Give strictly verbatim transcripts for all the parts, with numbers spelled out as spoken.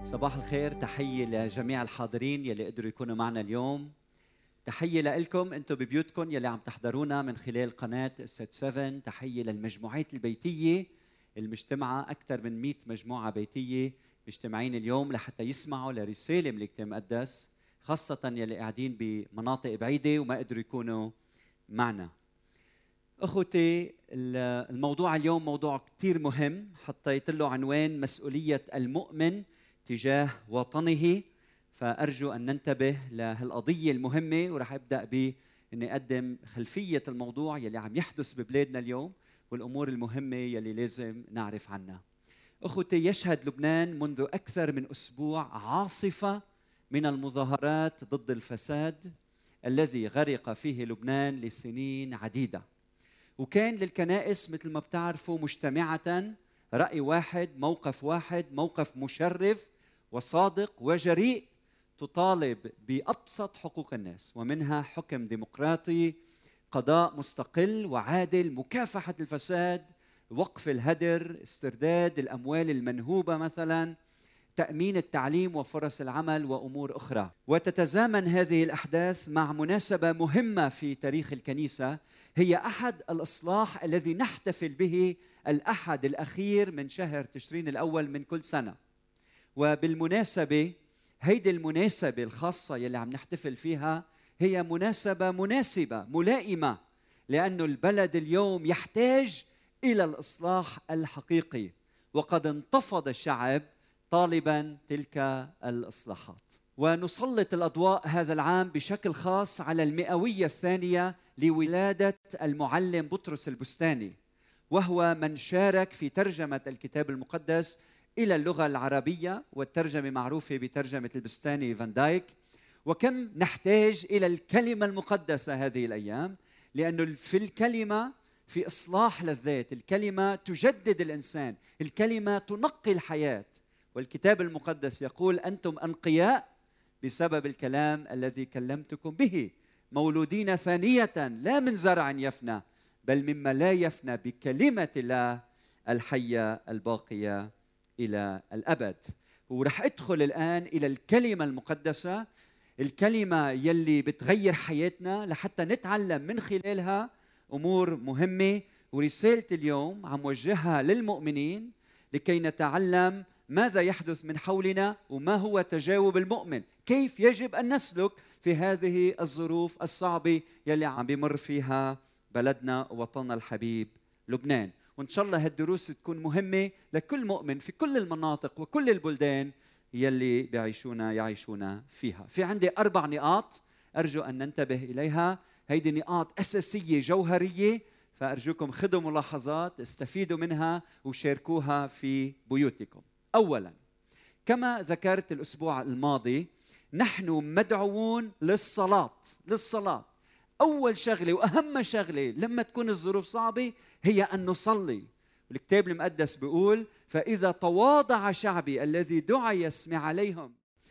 صباح الخير، تحية لجميع الحاضرين يلي قدروا يكونوا معنا اليوم. تحية لكم انتم ببيوتكم يلي عم تحضرونا من خلال قناة الست سبعة. تحية للمجموعات البيتية المجتمعة، أكثر من مئة مجموعة بيتية مجتمعين اليوم لحتى يسمعوا لرسالة من الكتاب المقدس، خاصة يلي قاعدين بمناطق بعيدة وما قدروا يكونوا معنا. أخوتي، الموضوع اليوم موضوع كتير مهم، حطيت له عنوان مسؤولية المؤمن تجاه وطنه، فأرجو أن ننتبه لهالقضية المهمة. ورح أبدأ بإني أقدم خلفية الموضوع يلي عم يحدث ببلادنا اليوم والأمور المهمة يلي لازم نعرف عنها. أخوتي، يشهد لبنان منذ أكثر من أسبوع عاصفة من المظاهرات ضد الفساد الذي غرق فيه لبنان لسنين عديدة، وكان للكنائس مثل ما بتعرفوا مجتمعة رأي واحد، موقف واحد، موقف مشرف وصادق وجريء، تطالب بأبسط حقوق الناس، ومنها حكم ديمقراطي، قضاء مستقل وعادل، مكافحة الفساد، وقف الهدر، استرداد الأموال المنهوبة مثلا، تأمين التعليم وفرص العمل وأمور أخرى. وتتزامن هذه الأحداث مع مناسبة مهمة في تاريخ الكنيسة، هي أحد الإصلاح الذي نحتفل به الأحد الأخير من شهر تشرين الأول من كل سنة. وبالمناسبة هيدي المناسبة الخاصة يلي عم نحتفل فيها هي مناسبة مناسبة ملائمة، لأن البلد اليوم يحتاج إلى الإصلاح الحقيقي، وقد انتفض الشعب طالباً تلك الإصلاحات. ونسلط الأضواء هذا العام بشكل خاص على المئوية الثانية لولادة المعلم بطرس البستاني، وهو من شارك في ترجمة الكتاب المقدس إلى اللغة العربية، والترجمة معروفة بترجمة البستاني فان دايك. وكم نحتاج إلى الكلمة المقدسة هذه الأيام، لأنه في الكلمة في إصلاح للذات، الكلمة تجدد الإنسان، الكلمة تنقي الحياة. والكتاب المقدس يقول: أنتم أنقياء بسبب الكلام الذي كلمتكم به، مولودين ثانية لا من زرع يفنى بل مما لا يفنى، بكلمة الله الحية الباقية إلى الأبد. ورح أدخل الآن إلى الكلمة المقدسة، الكلمة يلي بتغير حياتنا لحتى نتعلم من خلالها أمور مهمة. ورسالة اليوم عم وجهها للمؤمنين لكي نتعلم ماذا يحدث من حولنا وما هو تجاوب المؤمن، كيف يجب أن نسلك في هذه الظروف الصعبة يلي عم بيمر فيها بلدنا ووطننا الحبيب لبنان. وإن شاء الله هالدروس تكون مهمة لكل مؤمن في كل المناطق وكل البلدان يلي بيعيشونا يعيشونا فيها. في عندي أربع نقاط أرجو أن ننتبه إليها، هيدي نقاط أساسية جوهرية، فأرجوكم خذوا ملاحظات، استفيدوا منها وشاركوها في بيوتكم. أولاً، كما ذكرت الأسبوع الماضي، نحن مدعوون للصلاة. للصلاة أول شغلة وأهم شغلة لما تكون الظروف صعبة هي أن نصلي. والكتاب المقدس بيقول: فإذا تواضع شعبي الذي دعي يسمع عليهم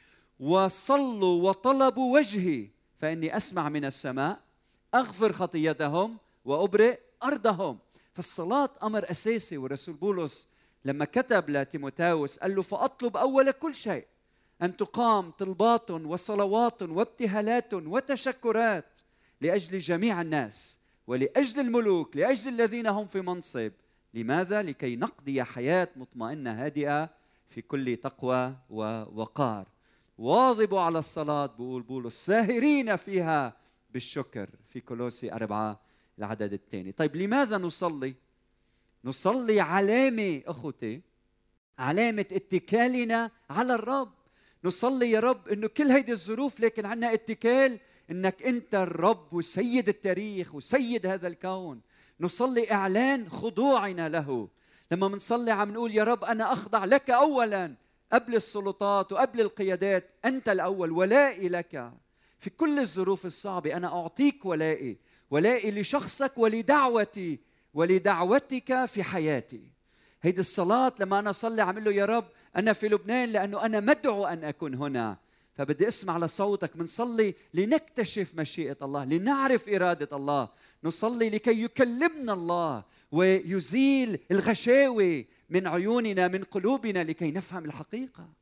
وصلوا وطلبوا وجهي فإني أسمع من السماء أغفر خطيتهم وأبرئ أرضهم. فالصلاة أمر أساسي، والرسول بولس لما كتب لتيموثاوس قال له: فأطلب أول كل شيء أن تقام طلبات وصلوات وابتهالات وتشكرات لأجل جميع الناس ولأجل الملوك، لأجل الذين هم في منصب. لماذا؟ لكي نقضي حياة مطمئنة هادئة في كل تقوى ووقار. واظبوا على الصلاة، بقول بولس، ساهرين فيها بالشكر، في كولوسي أربعة العدد الثاني. طيب لماذا نصلي؟ نصلي علامة أخوتي، علامة اتكالنا على الرب. نصلي يا رب إنه كل هيدي الظروف لكن عنا اتكال إنك أنت الرب وسيد التاريخ وسيد هذا الكون. نصلي إعلان خضوعنا له. لما منصلي عم نقول: يا رب أنا أخضع لك أولاً قبل السلطات وقبل القيادات، أنت الأول، ولائي لك في كل الظروف الصعبة. أنا أعطيك ولائي، ولائي لشخصك ولدعوتي ولدعوتك في حياتي. هيدي الصلاة لما أنا أصلي عم أقول له: يا رب أنا في لبنان لأنه أنا مدعو أن أكون هنا، فبدي أسمع لصوتك. منصلي لنكتشف مشيئة الله، لنعرف إرادة الله. نصلي لكي يكلمنا الله ويزيل الغشاوة من عيوننا من قلوبنا لكي نفهم الحقيقة.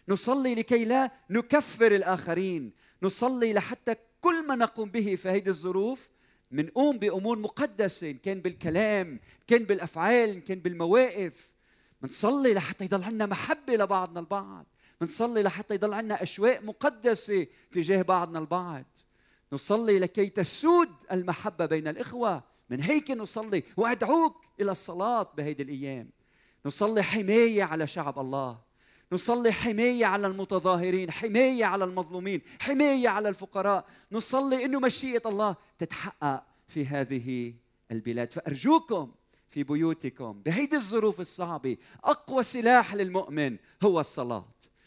نصلي لكي لا نكفر الآخرين، نصلي لحتى كل ما نقوم به في هذه الظروف منقوم بأمور مقدسة، إن كان بالكلام، إن كان بالأفعال، إن كان بالمواقف. منصلي لحتى يضل عندنا محبة لبعضنا البعض، منصلي لحتى يضل عندنا أشواق مقدسة تجاه بعضنا البعض. نصلي لكي تسود المحبة بين الإخوة، من هيك نصلي وأدعوك إلى الصلاة بهيدي الأيام. نصلي حماية على شعب الله، نصلي حماية على المتظاهرين، حماية على المظلومين، حماية على الفقراء. نصلي إنه مشيئة الله تتحقق في هذه البلاد. فأرجوكم في بيوتكم بهيدي الظروف الصعبة أقوى سلاح للمؤمن هو الصلاة.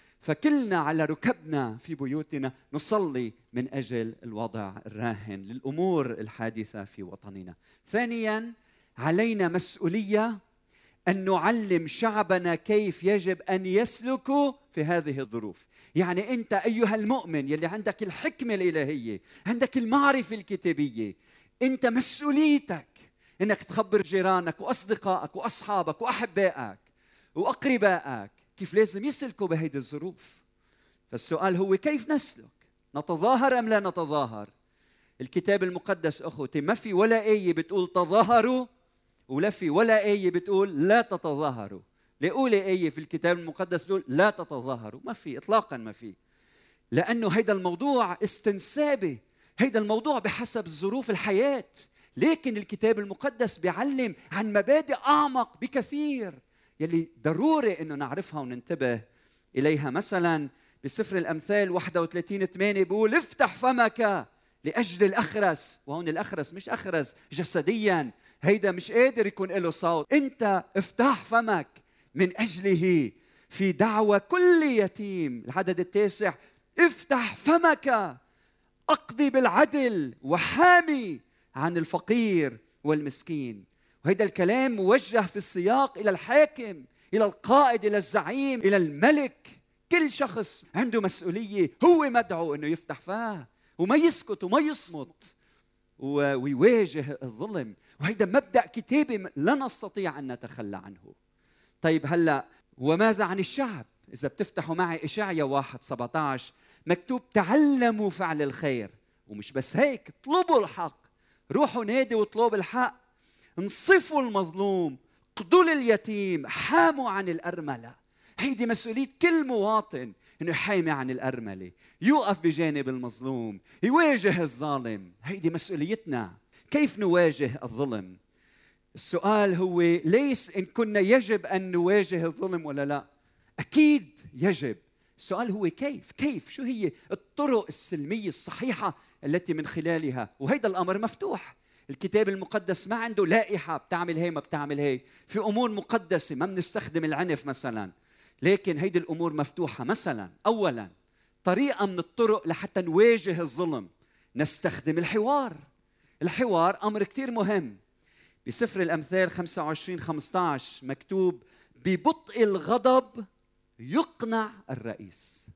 فكلنا على ركبنا في بيوتنا نصلي من أجل الوضع الراهن للأمور الحادثة في وطننا. ثانياً، علينا مسؤولية أن نعلم شعبنا كيف يجب أن يسلكوا في هذه الظروف. يعني أنت أيها المؤمن يلي عندك الحكمة الإلهية، عندك المعرفة الكتابية، أنت مسؤوليتك أنك تخبر جيرانك وأصدقائك وأصحابك وأحبائك وأقربائك كيف لازم يسلكوا بهذه الظروف. فالسؤال هو كيف نسلك؟ نتظاهر أم لا نتظاهر؟ الكتاب المقدس أخوتي ما في ولا آية بتقول تظاهروا، ولا في ولا آية بتقول لا تتظاهروا. لأولى آية في الكتاب المقدس بتقول لا تتظاهروا، ما في إطلاقا، ما في. لأنه هيدا الموضوع استنسابي، هيدا الموضوع بحسب ظروف الحياة. لكن الكتاب المقدس بيعلم عن مبادئ أعمق بكثير يلي ضروري إنه نعرفها وننتبه إليها. مثلا بسفر الأمثال واحد وثلاثين ثمانية بيقول افتح فمك لأجل الأخرس. وهون الأخرس مش أخرس جسديا، هيدا مش قادر يكون له صوت. أنت افتح فمك من أجله في دعوة كل يتيم. العدد التاسع افتح فمك أقضي بالعدل وحامي عن الفقير والمسكين. وهذا الكلام موجه في السياق إلى الحاكم، إلى القائد، إلى الزعيم، إلى الملك. كل شخص عنده مسؤولية، هو مدعو أنه يفتح فاه وما يسكت وما يصمت ويواجه الظلم. وهذا مبدأ كتابي لا نستطيع أن نتخلى عنه. طيب هلأ وماذا عن الشعب؟ إذا بتفتحوا معي إشعياء واحد سبعة عشر مكتوب تعلموا فعل الخير. ومش بس هيك، اطلبوا الحق، روحوا نادي واطلبوا الحق، انصفوا المظلوم، قضوا لليتيم، حاموا عن الأرملة. هيدي مسؤولية كل مواطن، إنه يحامي عن الأرملة، يوقف بجانب المظلوم، يواجه الظالم. هيدي مسؤوليتنا. كيف نواجه الظلم؟ السؤال هو ليس إن كنا يجب أن نواجه الظلم ولا لا. أكيد يجب. السؤال هو كيف؟ كيف؟ شو هي الطرق السلمية الصحيحة التي من خلالها؟ وهيدا الأمر مفتوح. الكتاب المقدس ما عنده لائحة بتعمل هي ما بتعمل هي. في أمور مقدسة ما بنستخدم العنف مثلا، لكن هيدي الأمور مفتوحة. مثلا أولا طريقة من الطرق لحتى نواجه الظلم نستخدم الحوار. الحوار أمر كتير مهم. بسفر الأمثال خمسة وعشرين خمسة عشر مكتوب ببطء الغضب يقنع الرئيس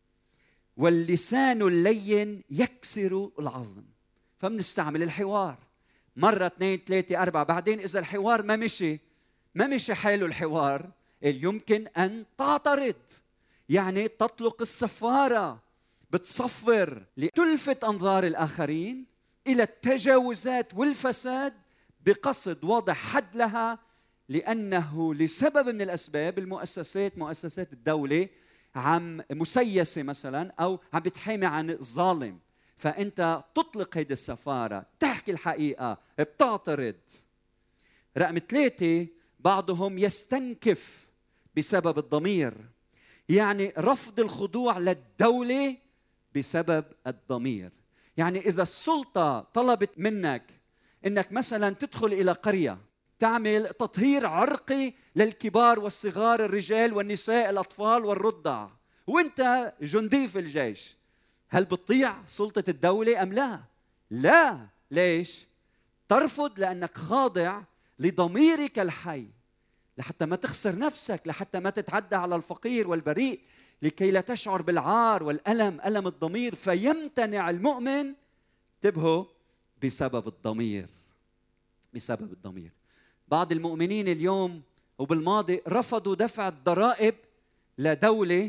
واللسان اللين يكسر العظم. فبنستعمل الحوار مرة اثنين ثلاثة أربعة. بعدين إذا الحوار ما مشي ما مشي حاله الحوار، يمكن أن تعترض، يعني تطلق الصفارة، بتصفر لتلفت أنظار الآخرين إلى التجاوزات والفساد بقصد وضع حد لها. لأنه لسبب من الأسباب المؤسسات مؤسسات الدولة عم مسيسة مثلا أو عم بتحامي عن الظالم، فأنت تطلق هيدي السفارة، تحكي الحقيقة، بتعترض. رقم ثلاثة بعضهم يستنكف بسبب الضمير، يعني رفض الخضوع للدولة بسبب الضمير. يعني إذا السلطة طلبت منك إنك مثلا تدخل إلى قرية تعمل تطهير عرقي للكبار والصغار، الرجال والنساء، الأطفال والرضع، وانت جندي في الجيش، هل بتطيع سلطة الدولة أم لا؟ لا. ليش؟ ترفض لأنك خاضع لضميرك الحي، لحتى ما تخسر نفسك، لحتى ما تتعدى على الفقير والبريء، لكي لا تشعر بالعار والألم، ألم الضمير. فيمتنع المؤمن، انتبهوا، بسبب الضمير. بسبب الضمير. بعض المؤمنين اليوم وبالماضي رفضوا دفع الضرائب لدولة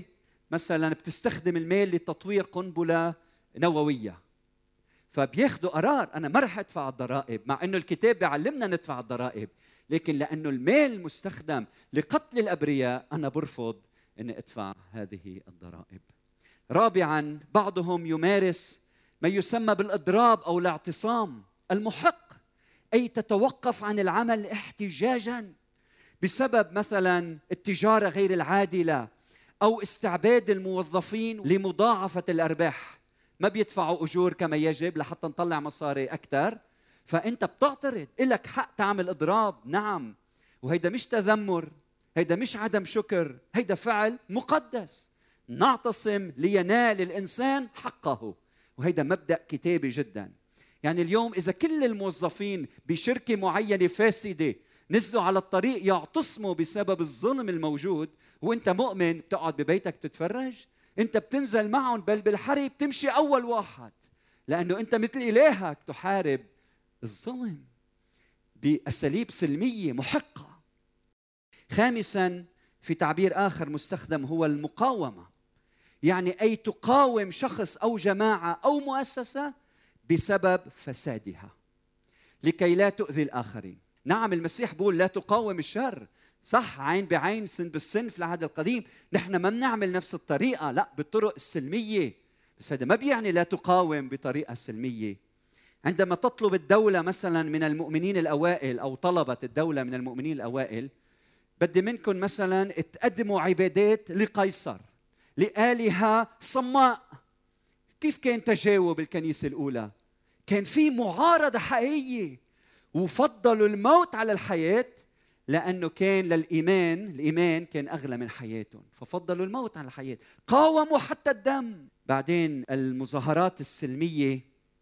مثلا بتستخدم المال لتطوير قنبلة نووية، فبياخدوا قرار أنا ما رح أدفع الضرائب، مع أنه الكتاب بيعلمنا ندفع الضرائب، لكن لأنه المال مستخدم لقتل الأبرياء أنا برفض أن أدفع هذه الضرائب. رابعاً، بعضهم يمارس ما يسمى بالإضراب أو الاعتصام المحق، أي تتوقف عن العمل احتجاجاً بسبب مثلاً التجارة غير العادلة أو استعباد الموظفين لمضاعفة الأرباح، ما بيدفعوا أجور كما يجب لحتى نطلع مصاري أكثر، فأنت بتعترض، إلك حق تعمل إضراب، نعم، وهيدا مش تذمر، هيدا مش عدم شكر، هيدا فعل مقدس، نعتصم لينال الإنسان حقه، وهيدا مبدأ كتابي جدا. يعني اليوم إذا كل الموظفين بشركة معينة فاسدة نزلوا على الطريق يعتصموا بسبب الظلم الموجود، وانت مؤمن بتقعد ببيتك تتفرج؟ انت بتنزل معهم، بل بالحرب بتمشي أول واحد، لأنه انت مثل إلهك تحارب الظلم بأساليب سلمية محقة. خامساً، في تعبير آخر مستخدم هو المقاومة، يعني أي تقاوم شخص أو جماعة أو مؤسسة بسبب فسادها لكي لا تؤذي الآخرين. نعم، المسيح بيقول لا تقاوم الشر، صح، عين بعين سن بالسن في العهد القديم، نحن ما بنعمل نفس الطريقة، لا، بالطرق السلمية، بس هذا ما بيعني لا تقاوم بطريقة سلمية. عندما تطلب الدولة مثلا من المؤمنين الأوائل، أو طلبت الدولة من المؤمنين الأوائل، بدي منكم مثلا تقدموا عبادات لقيصر، لآلهة صماء، كيف كان تجاوب الكنيسة الأولى؟ كان في معارضة حقيقية، وفضلوا الموت على الحياة، لأنه كان للإيمان، الإيمان كان أغلى من حياتهم، ففضلوا الموت على الحياة، قاوموا حتى الدم. بعدين المظاهرات السلمية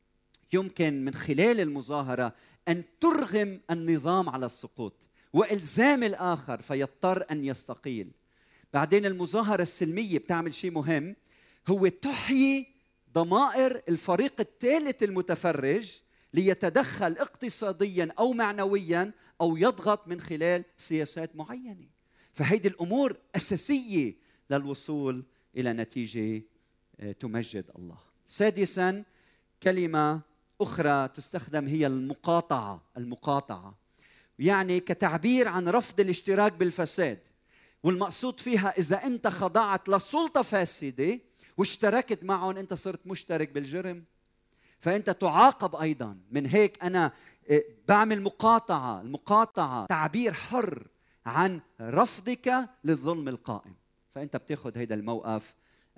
يمكن من خلال المظاهرة أن ترغم النظام على السقوط وإلزام الآخر فيضطر أن يستقيل. بعدين المظاهرة السلمية بتعمل شيء مهم، هو تحيي ضمائر الفريق الثالث المتفرج ليتدخل اقتصادياً أو معنوياً أو يضغط من خلال سياسات معينة. فهيدي الأمور أساسية للوصول إلى نتيجة تمجد الله. سادساً، كلمة أخرى تستخدم هي المقاطعة. المقاطعة يعني كتعبير عن رفض الاشتراك بالفساد، والمقصود فيها إذا أنت خضعت لسلطة فاسدة واشتركت معهم أنت صرت مشترك بالجرم، فأنت تعاقب أيضاً. من هيك أنا بعمل مقاطعة. المقاطعة تعبير حر عن رفضك للظلم القائم، فأنت بتاخذ هيدا الموقف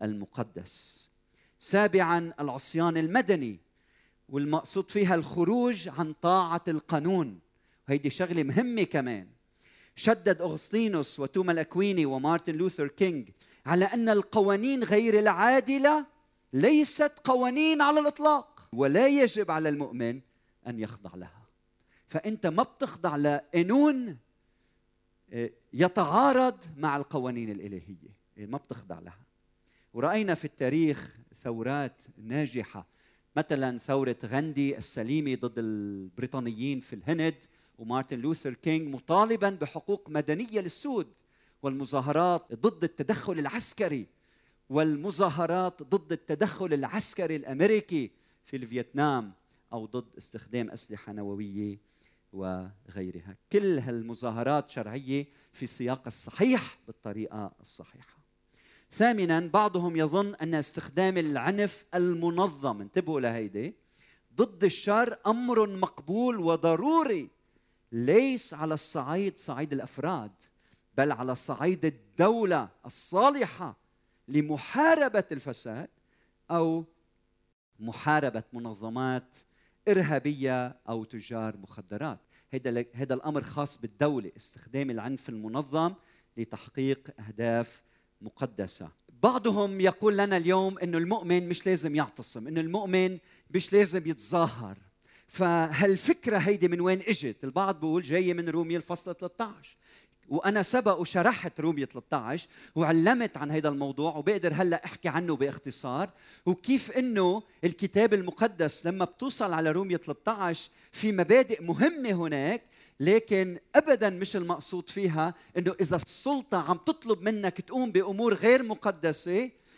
المقدس. سابعاً، العصيان المدني، والمقصود فيها الخروج عن طاعة القانون، وهيدي شغلة مهمة كمان. شدد أغسطينوس وتوما الأكويني ومارتن لوثر كينغ على أن القوانين غير العادلة ليست قوانين على الإطلاق، ولا يجب على المؤمن أن يخضع لها. فأنت ما بتخضع لقانون يتعارض مع القوانين الإلهية، ما بتخضع لها. ورأينا في التاريخ ثورات ناجحة، مثلا ثورة غاندي السليمي ضد البريطانيين في الهند، ومارتن لوثر كينغ مطالبا بحقوق مدنية للسود، والمظاهرات ضد التدخل العسكري، والمظاهرات ضد التدخل العسكري الأمريكي في الفيتنام، أو ضد استخدام أسلحة نووية وغيرها. كل هالمظاهرات شرعية في سياق الصحيح بالطريقة الصحيحة. ثامناً، بعضهم يظن أن استخدام العنف المنظم، انتبهوا لهيدي، ضد الشر أمر مقبول وضروري، ليس على الصعيد صعيد الأفراد، بل على صعيد الدولة الصالحة لمحاربة الفساد أو محاربة منظمات إرهابية أو تجار مخدرات. هذا هذا الأمر خاص بالدولة، استخدام العنف المنظم لتحقيق أهداف مقدسة. بعضهم يقول لنا اليوم إنه المؤمن مش لازم يعتصم، إنه المؤمن مش لازم يتظاهر. فهالفكرة هيدي من وين اجت؟ البعض بيقول جاية من رومية الفصل ثلاثة عشر، وأنا سبق وشرحت رومية ثلاثة عشر وعلمت عن هذا الموضوع، وبقدر هلأ أحكي عنه باختصار، وكيف إنه الكتاب المقدس لما بتوصل على رومية ثلاثة عشر في مبادئ مهمة هناك، لكن أبداً مش المقصود فيها إنه إذا السلطة عم تطلب منك تقوم بأمور غير مقدسة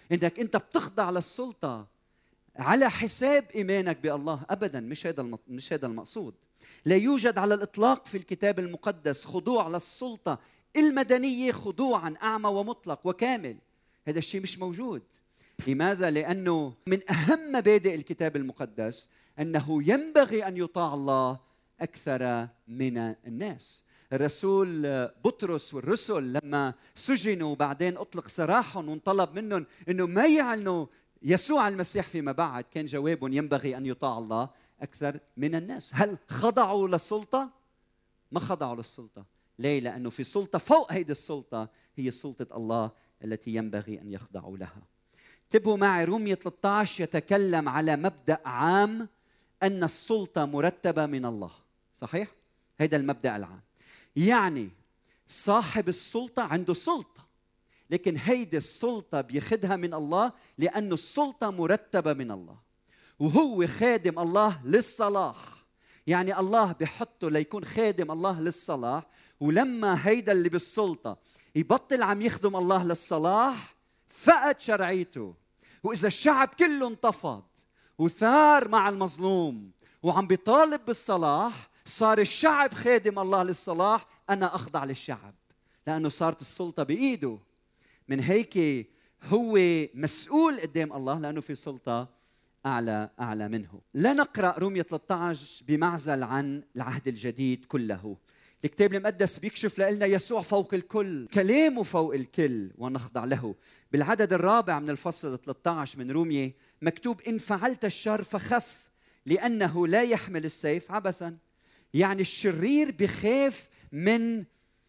انك انت بتخضع للسلطه على حساب ايمانك بالله. ابدا، مش هذا مش هذا المقصود. لا يوجد على الاطلاق في الكتاب المقدس خضوع للسلطه المدنيه خضوعا اعمى ومطلق وكامل. هذا الشيء مش موجود. لماذا؟ لانه من اهم مبادئ الكتاب المقدس انه ينبغي ان يطاع الله اكثر من الناس. الرسول بطرس والرسل لما سجنوا وبعدين اطلق سراحهم وانطلب منهم انه ما يعلنوا يسوع المسيح فيما بعد، كان جوابهم ينبغي ان يطاع الله اكثر من الناس. هل خضعوا للسلطه؟ ما خضعوا للسلطه. ليه؟ لانه في سلطه فوق هيدي السلطه، هي سلطه الله التي ينبغي ان يخضعوا لها. انتبهوا معي، رومية ثلاثة عشر يتكلم على مبدأ عام أن السلطة مرتبة من الله. صحيح؟ هذا المبدأ العام. يعني صاحب السلطة عنده سلطة، لكن هيدي السلطة بياخدها من الله لأنه السلطة مرتبة من الله، وهو خادم الله للصلاح. يعني الله بيحطه ليكون خادم الله للصلاح، ولما هيدا اللي بالسلطة يبطل عم يخدم الله للصلاح فقد شرعيته. وإذا الشعب كله انتفض وثار مع المظلوم وعم بيطالب بالصلاح، صار الشعب خادم الله للصلاح. أنا أخضع للشعب لأنه صارت السلطة بإيده. من هيك هو مسؤول قدام الله لأنه في سلطة أعلى أعلى منه. لا نقرأ رومية ثلاثة عشر بمعزل عن العهد الجديد كله. الكتاب المقدس بيكشف لنا يسوع فوق الكل، كلامه فوق الكل، ونخضع له. بالعدد الرابع من الفصل ثلاثة عشر من رومية مكتوب: إن فعلت الشر فخف لأنه لا يحمل السيف عبثا. يعني الشرير بخاف من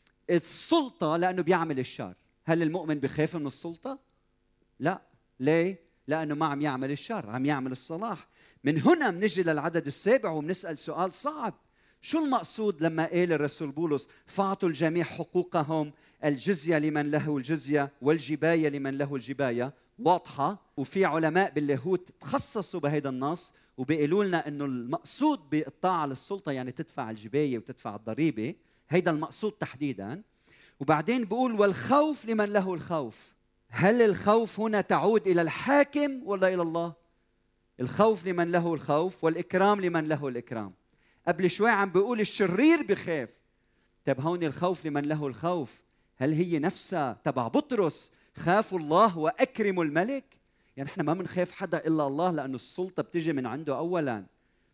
السلطة لأنه بيعمل الشر. هل المؤمن بخاف من السلطة؟ لا. ليه؟ لأنه ما عم يعمل الشر، عم يعمل الصلاح. من هنا بنجي للعدد السابع وبنسأل سؤال صعب: شو المقصود لما قال الرسول بولس فاعطوا الجميع حقوقهم، الجزية لمن له الجزية والجباية لمن له الجباية؟ واضحة. وفي علماء باللاهوت تخصصوا بهذا النص وبيقولوا لنا انه المقصود بالطاعة للسلطة يعني تدفع الجباية وتدفع الضريبة، هيدا المقصود تحديدا. وبعدين بيقول والخوف لمن له الخوف. هل الخوف هنا تعود إلى الحاكم ولا إلى الله؟ الخوف لمن له الخوف والإكرام لمن له الإكرام. قبل شوي عم بيقول الشرير بخاف. طب هون الخوف لمن له الخوف، هل هي نفسها تبع بطرس خافوا الله وأكرموا الملك؟ يعني احنا ما بنخاف حدا إلا الله لأنه السلطة بتجي من عنده أولا،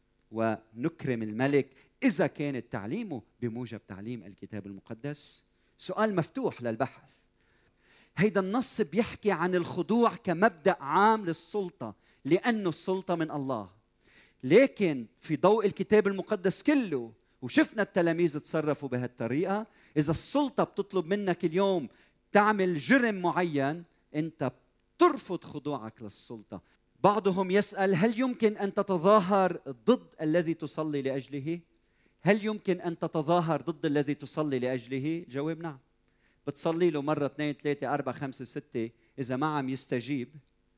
ونكرم الملك إذا كانت تعليمه بموجب تعليم الكتاب المقدس. سؤال مفتوح للبحث. هيدا النص بيحكي عن الخضوع كمبدأ عام للسلطة لأنه السلطة من الله، لكن في ضوء الكتاب المقدس كله وشفنا التلاميذ تصرفوا بهالطريقة. إذا السلطة بتطلب منك اليوم تعمل جرم معين، أنت ترفض خضوعك للسلطة. بعضهم يسأل: هل يمكن أن تتظاهر ضد الذي تصلي لأجله؟ هل يمكن أن تتظاهر ضد الذي تصلي لأجله؟ جواب: نعم. بتصلي له مرة اثنين ثلاثة أربعة خمسة ستة، إذا ما عم يستجيب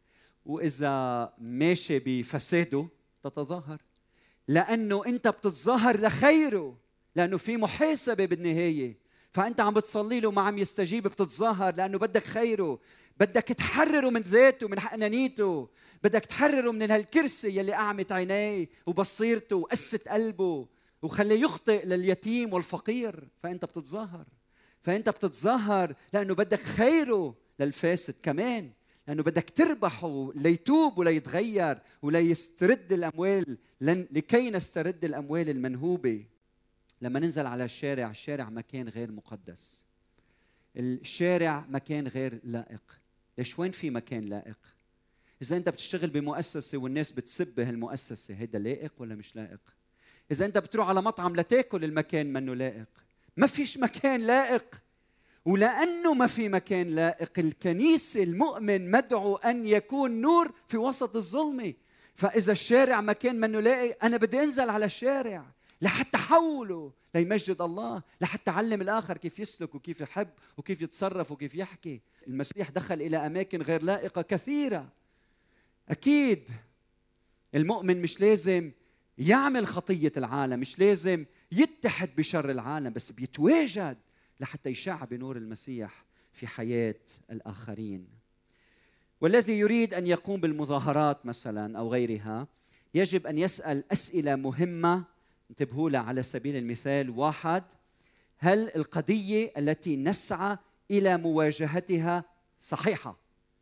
وإذا ماشي بفساده تتظاهر، لأنه أنت بتتظاهر لخيره، لأنه في محاسبة بالنهاية. فأنت عم بتصلي له ما عم يستجيب، بتتظاهر لأنه بدك خيره، بدك تحرره من ذاته، من حقانيته، بدك تحرره من هالكرسي يلي أعمت عينيه وبصيرته وقست قلبه وخليه يخطئ لليتيم والفقير. فأنت بتتظاهر، فأنت بتتظاهر لأنه بدك خيره للفاسد كمان، لأنه بدك تربحه ليتوب وليتغير وليسترد الأموال، لكي نسترد الأموال المنهوبة. لما ننزل على الشارع، الشارع مكان غير مقدس، الشارع مكان غير لائق. ليش؟ وين في مكان لائق؟ إذا أنت بتشتغل بمؤسسة والناس بتسب هالمؤسسة، هيدا لائق ولا مش لائق؟ إذا أنت بتروح على مطعم لتاكل، المكان منه لائق. ما فيش مكان لائق. ولأنه ما في مكان لائق، الكنيسة المؤمن مدعو أن يكون نور في وسط الظلمة. فإذا الشارع مكان منه لائق، أنا بدي أنزل على الشارع لحتى حوله ليمجد الله، لحتى علم الآخر كيف يسلك وكيف يحب وكيف يتصرف وكيف يحكي. المسيح دخل إلى أماكن غير لائقة كثيرة. أكيد المؤمن مش لازم يعمل خطية العالم، مش لازم يتحد بشر العالم، بس بيتواجد لحتى يشع بنور المسيح في حياة الآخرين. والذي يريد أن يقوم بالمظاهرات مثلا أو غيرها يجب أن يسأل أسئلة مهمة. انتبهوا لها على سبيل المثال: واحد، هل القضية التي نسعى إلى مواجهتها صحيحة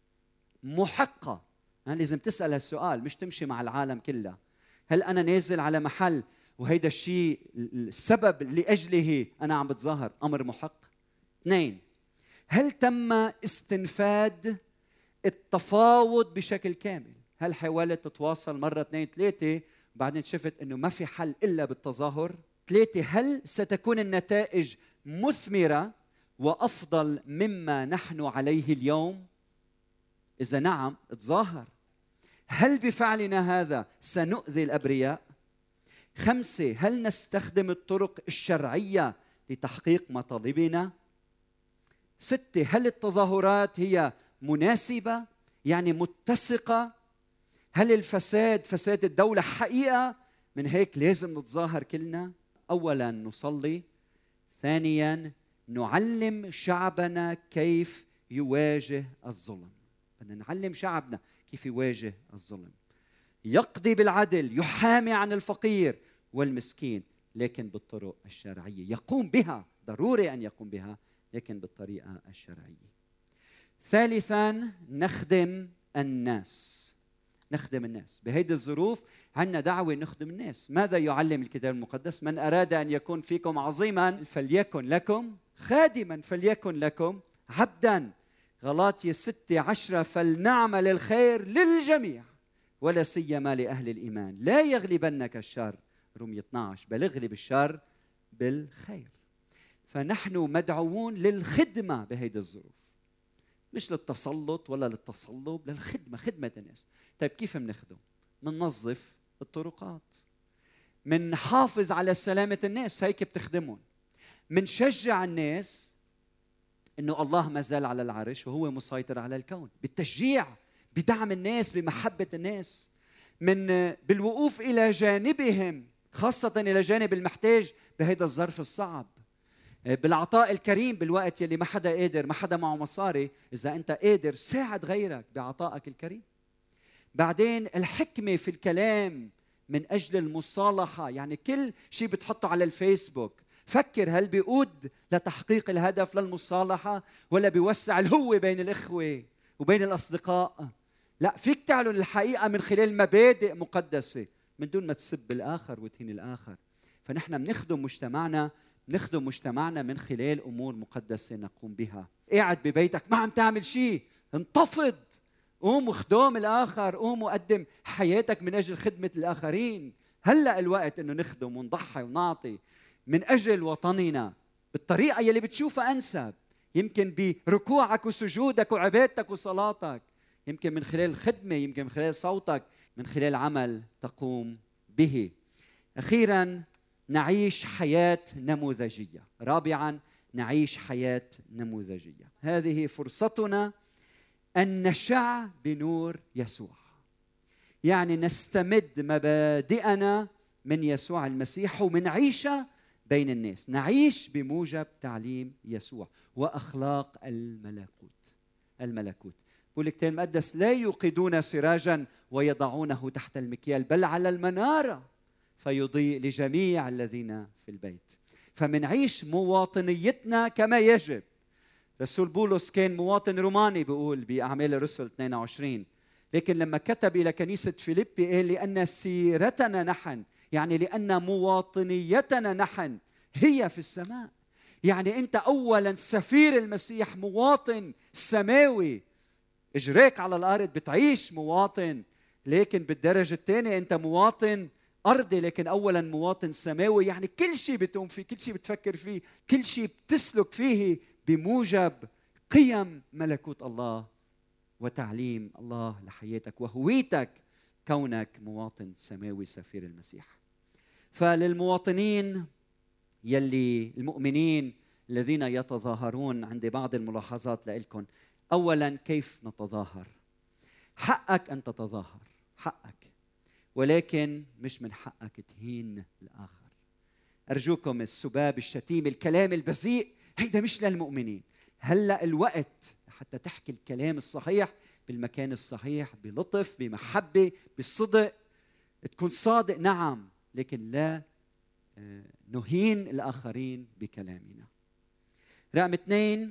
محقة؟ لازم تسأل السؤال، مش تمشي مع العالم كلها. هل أنا نازل على محل وهيدا الشيء السبب لأجله أنا عم بتظاهر أمر محق؟ اثنين، هل تم استنفاد التفاوض بشكل كامل؟ هل حاولت تتواصل مرة اثنين ثلاثة وبعدين شفت أنه ما في حل إلا بالتظاهر؟ ثلاثة، هل ستكون النتائج مثمرة وأفضل مما نحن عليه اليوم؟ إذا نعم، تظاهر. هل بفعلنا هذا سنؤذي الأبرياء؟ خمسة، هل نستخدم الطرق الشرعية لتحقيق مطالبنا؟ ستة، هل التظاهرات هي مناسبة، يعني متسقة؟ هل الفساد فساد الدولة حقيقة من هيك لازم نتظاهر كلنا؟ أولاً نصلي، ثانياً نعلم شعبنا كيف يواجه الظلم. بدنا نعلم شعبنا كيف يواجه الظلم، يقضي بالعدل، يحامي عن الفقير والمسكين، لكن بالطرق الشرعية. يقوم بها، ضروري أن يقوم بها، لكن بالطريقة الشرعية. ثالثاً نخدم الناس. نخدم الناس بهيدي الظروف، عندنا دعوة نخدم الناس. ماذا يعلم الكتاب المقدس؟ من أراد أن يكون فيكم عظيماً فليكن لكم خادماً، فليكن لكم عبداً. غلاطية ستة عشرة، فلنعمل الخير للجميع ولا سيما لأهل الإيمان، لا يغلبنك الشر. رومية اثني عشر، بل اغلب الشر بالخير. فنحن مدعوون للخدمة بهيدي الظروف، مش للتسلط ولا للتصلب، للخدمة، خدمة الناس. طيب كيف بنخدم؟ مننظف الطرقات، منحافظ على سلامة الناس، هيك بتخدمهم. منشجع الناس إنه الله ما زال على العرش وهو مسيطر على الكون، بالتشجيع، بدعم الناس، بمحبة الناس، من بالوقوف إلى جانبهم، خاصة إلى جانب المحتاج بهذا الظرف الصعب، بالعطاء الكريم بالوقت يلي ما حدا قادر، ما حدا معه مصاري. إذا أنت قادر ساعد غيرك بعطائك الكريم. بعدين الحكمة في الكلام من أجل المصالحة، يعني كل شيء بتحطه على الفيسبوك فكر هل بيقود لتحقيق الهدف للمصالحة ولا بيوسع الهوة بين الإخوة وبين الأصدقاء. لا، فيك تعلن الحقيقة من خلال مبادئ مقدسة من دون ما تسب الآخر وتهين الآخر. فنحن بنخدم مجتمعنا، نخدم مجتمعنا من خلال أمور مقدسة نقوم بها. قاعد ببيتك ما عم تعمل شيء، انتفض، قوم وخدم الآخر، قوم وقدم حياتك من أجل خدمة الآخرين. هلأ الوقت إنه نخدم ونضحي ونعطي من أجل وطننا بالطريقة يلي بتشوفها أنسب، يمكن بركوعك وسجودك وعبادتك وصلاتك، يمكن من خلال خدمة، يمكن من خلال صوتك، من خلال عمل تقوم به. أخيراً نعيش حياة نموذجية. رابعاً نعيش حياة نموذجية. هذه فرصتنا أن نشع بنور يسوع، يعني نستمد مبادئنا من يسوع المسيح ومنعيشها بين الناس، نعيش بموجب تعليم يسوع وأخلاق الملكوت. الملكوت بقول الكتاب المقدس: لا يوقدون سراجا ويضعونه تحت المكيال بل على المنارة فيضيء لجميع الذين في البيت. فمنعيش مواطنيتنا كما يجب. رسول بولس كان مواطن روماني، بيقول بأعمال الرسل اثنين وعشرين، لكن لما كتب إلى كنيسة فيليبي قال: لأن سيرتنا نحن، يعني لأن مواطنيتنا نحن هي في السماء. يعني أنت أولاً سفير المسيح، مواطن سماوي، إجراك على الأرض بتعيش مواطن، لكن بالدرجة الثانية أنت مواطن أرضي، لكن أولاً مواطن سماوي. يعني كل شيء بتقوم فيه، كل شيء بتفكر فيه، كل شيء بتسلك فيه بموجب قيم ملكوت الله وتعليم الله لحياتك وهويتك، كونك مواطن سماوي سفير المسيح. فللمواطنين يلي المؤمنين الذين يتظاهرون، عندي بعض الملاحظات لكم. أولاً كيف نتظاهر؟ حقك أن تتظاهر، حقك، ولكن مش من حقك تهين الآخر. أرجوكم، السباب، الشتيم، الكلام البذيء، هيدا مش للمؤمنين. هلأ الوقت حتى تحكي الكلام الصحيح بالمكان الصحيح، بلطف، بمحبة، بالصدق. تكون صادق نعم، لكن لا نهين الآخرين بكلامنا. رقم اثنين،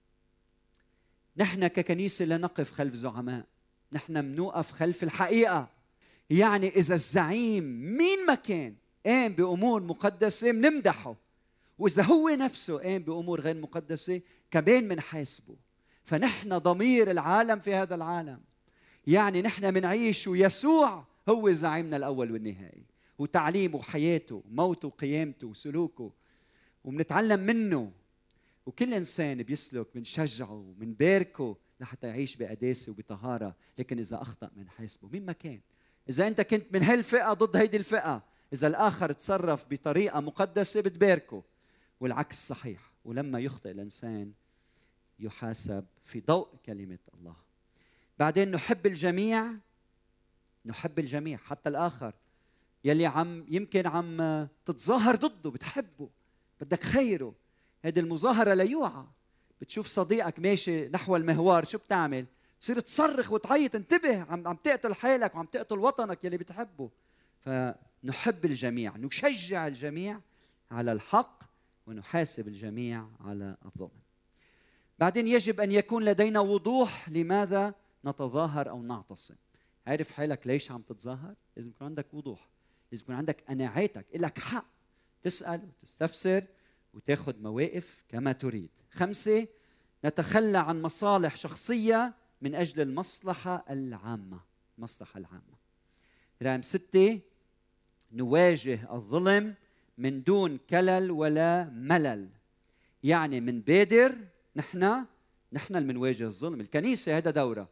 نحن ككنيسة لا نقف خلف زعماء، نحن منوقف خلف الحقيقة. يعني إذا الزعيم مين ما كان قام بأمور مقدسة منمدحه، وإذا هو نفسه قام بأمور غير مقدسة كمان منحاسبه. فنحن ضمير العالم في هذا العالم، يعني نحن منعيش ويسوع هو زعيمنا الأول والنهائي، وتعليمه وحياته موته وقيامته وسلوكه، ومنتعلم منه. وكل إنسان بيسلك منشجعه ومنباركه لحتى يعيش بقداسة وبطهارة. لكن إذا أخطأ منحاسبه مين ما كان. إذا أنت كنت من هالفئة ضد هيدي الفئة، إذا الآخر تصرف بطريقة مقدسة بتباركه، والعكس صحيح. ولما يخطئ الإنسان يحاسب في ضوء كلمة الله. بعدين نحب الجميع، نحب الجميع حتى الآخر يلي عم يمكن عم تتظاهر ضده، بتحبه، بدك خيره. هذه المظاهرة لا يوعى. بتشوف صديقك ماشي نحو المهوار، شو بتعمل؟ تصير تصرخ وتعيط، انتبه، عم عم تقتل حالك وعم تقتل وطنك يلي بتحبه. فنحب الجميع، نشجع الجميع على الحق، ونحاسب الجميع على الظلم. بعدين يجب أن يكون لدينا وضوح لماذا نتظاهر أو نعتصم. عارف حالك ليش عم تتظاهر؟ لازم يكون عندك وضوح، لازم يكون عندك قناعاتك، إلك حق تسأل وتستفسر وتاخذ مواقف كما تريد. خمسة، نتخلى عن مصالح شخصية من أجل المصلحة العامة، المصلحة العامة. رقم ستة، نواجه الظلم من دون كلل ولا ملل. يعني من بادر، نحن نحن اللي منواجه الظلم، الكنيسة هذا دورة،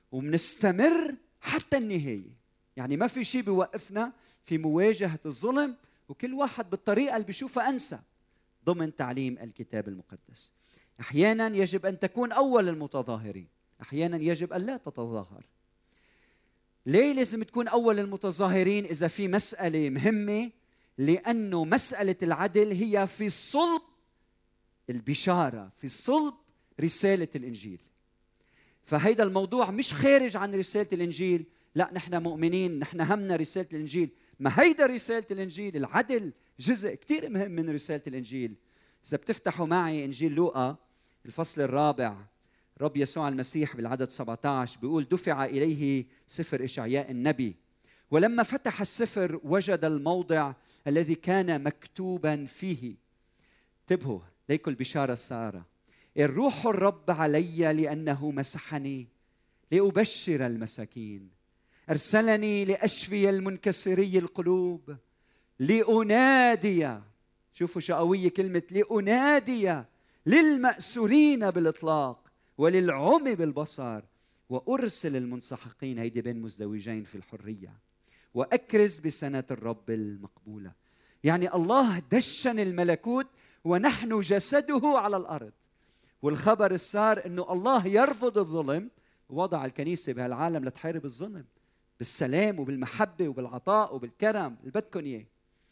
ومنستمر حتى النهاية. يعني ما في شيء بيوقفنا في مواجهة الظلم، وكل واحد بالطريقة اللي بيشوفها أنسب ضمن تعليم الكتاب المقدس. أحيانا يجب أن تكون أول المتظاهرين، أحيانا يجب أن لا تتظاهر. ليه لازم تكون أول المتظاهرين إذا في مسألة مهمة؟ لأنه مسألة العدل هي في صلب البشارة، في صلب رسالة الإنجيل. فهيدا الموضوع مش خارج عن رسالة الإنجيل، لا، نحن مؤمنين، نحن همنا رسالة الإنجيل. ما هيدا رسالة الإنجيل، العدل جزء كتير مهم من رسالة الإنجيل. إذا بتفتحوا معي إنجيل لوقا الفصل الرابع، رب يسوع المسيح بالعدد سبعة عشر بيقول: دفع إليه سفر إشعياء النبي، ولما فتح السفر وجد الموضع الذي كان مكتوبا فيه. انتبهوا ليكن البشارة السارة: الروح الرب علي لأنه مسحني لأبشر المساكين، أرسلني لأشفي المنكسري القلوب، لأنادي، شوفوا شو قوية كلمة لأنادي، للمأسورين بالإطلاق وللعمي بالبصر، وأرسل المنسحقين، هيدي بين مزدوجين في الحرية، وأكرز بسنة الرب المقبولة. يعني الله دشن الملكوت ونحن جسده على الأرض. والخبر السار أنه الله يرفض الظلم، ووضع الكنيسة بهالعالم لتحارب الظلم بالسلام وبالمحبة وبالعطاء وبالكرم اللي بدكم إياه.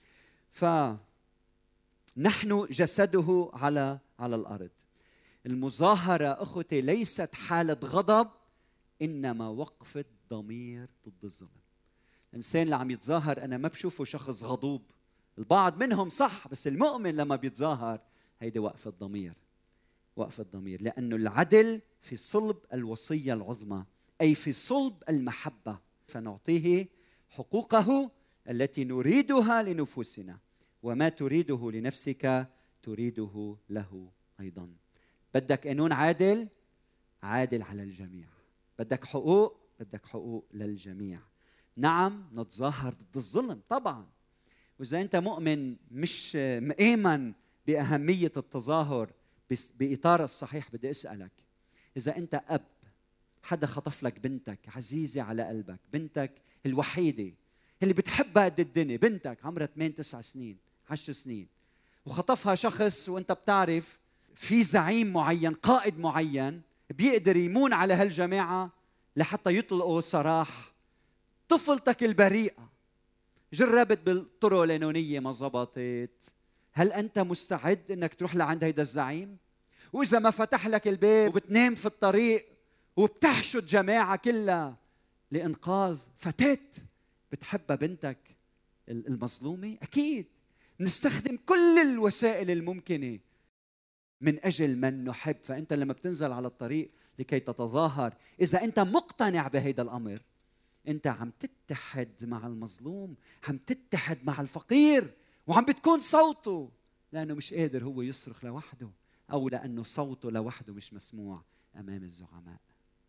فنحن جسده على على الأرض. المظاهرة أخوتي ليست حالة غضب، إنما وقفة ضمير ضد الظلم. الإنسان اللي عم يتظاهر أنا ما بشوفه شخص غضوب، البعض منهم صح، بس المؤمن لما بيتظاهر هيدي وقفة ضمير، وقفة ضمير، لأنه العدل في صلب الوصية العظمى، أي في صلب المحبة، فنعطيه حقوقه التي نريدها لنفوسنا، وما تريده لنفسك تريده له أيضا. بدك قانون عادل، عادل على الجميع. بدك حقوق، بدك حقوق للجميع. نعم نتظاهر ضد الظلم طبعا، وإذا أنت مؤمن مش مآمن بأهمية التظاهر بإطار الصحيح، بدي أسألك: إذا أنت أب، حدا خطف لك بنتك عزيزة على قلبك، بنتك الوحيدة اللي بتحبها قد الدنيا، بنتك عمرها ثمانية تسع سنين عشر سنين، وخطفها شخص وأنت بتعرف في زعيم معين، قائد معين بيقدر يمون على هالجماعة لحتى يطلقوا سراح طفلتك البريئة، جربت بالطرق القانونية ما زبطت، هل أنت مستعد أنك تروح لعند هيدا الزعيم؟ وإذا ما فتح لك الباب وبتنام في الطريق وبتحشد جماعة كلها لإنقاذ فتاة بتحبها بنتك المظلومة. أكيد نستخدم كل الوسائل الممكنة من أجل من نحب. فأنت لما بتنزل على الطريق لكي تتظاهر، إذا أنت مقتنع بهذا الأمر، أنت عم تتحد مع المظلوم، عم تتحد مع الفقير، وعم بتكون صوته، لأنه مش قادر هو يصرخ لوحده، أو لأنه صوته لوحده مش مسموع أمام الزعماء.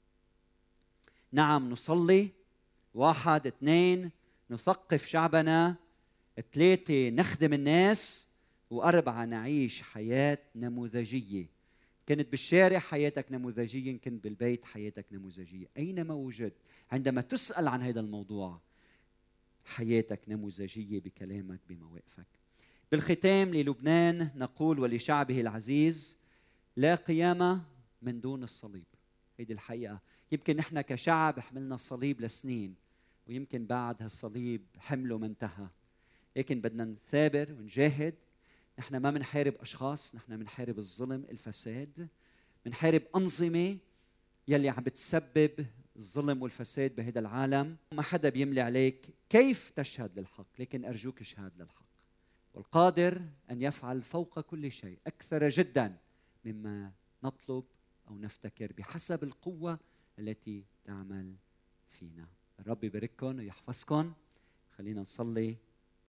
نعم نصلي، واحد اثنين نثقف شعبنا، ثلاثة نخدم الناس، وأربعة نعيش حياة نموذجية. كنت بالشارع حياتك نموذجية، كنت بالبيت حياتك نموذجية. أينما وجدت عندما تسأل عن هذا الموضوع حياتك نموذجية بكلامك بمواقفك. بالختام للبنان نقول ولشعبه العزيز: لا قيامة من دون الصليب. هيدي الحقيقة. يمكن نحن كشعب حملنا الصليب لسنين، ويمكن بعد هالصليب حمله ما انتهى، لكن بدنا نثابر ونجاهد. نحن ما منحارب أشخاص، نحن منحارب الظلم، الفساد، منحارب أنظمة يلي عم بتسبب الظلم والفساد بهذا العالم. ما حدا بيملي عليك كيف تشهد للحق، لكن أرجوك اشهد للحق، والقادر أن يفعل فوق كل شيء أكثر جدا مما نطلب أو نفتكر بحسب القوة التي تعمل فينا. الرب يبارككم ويحفظكم. خلينا نصلي.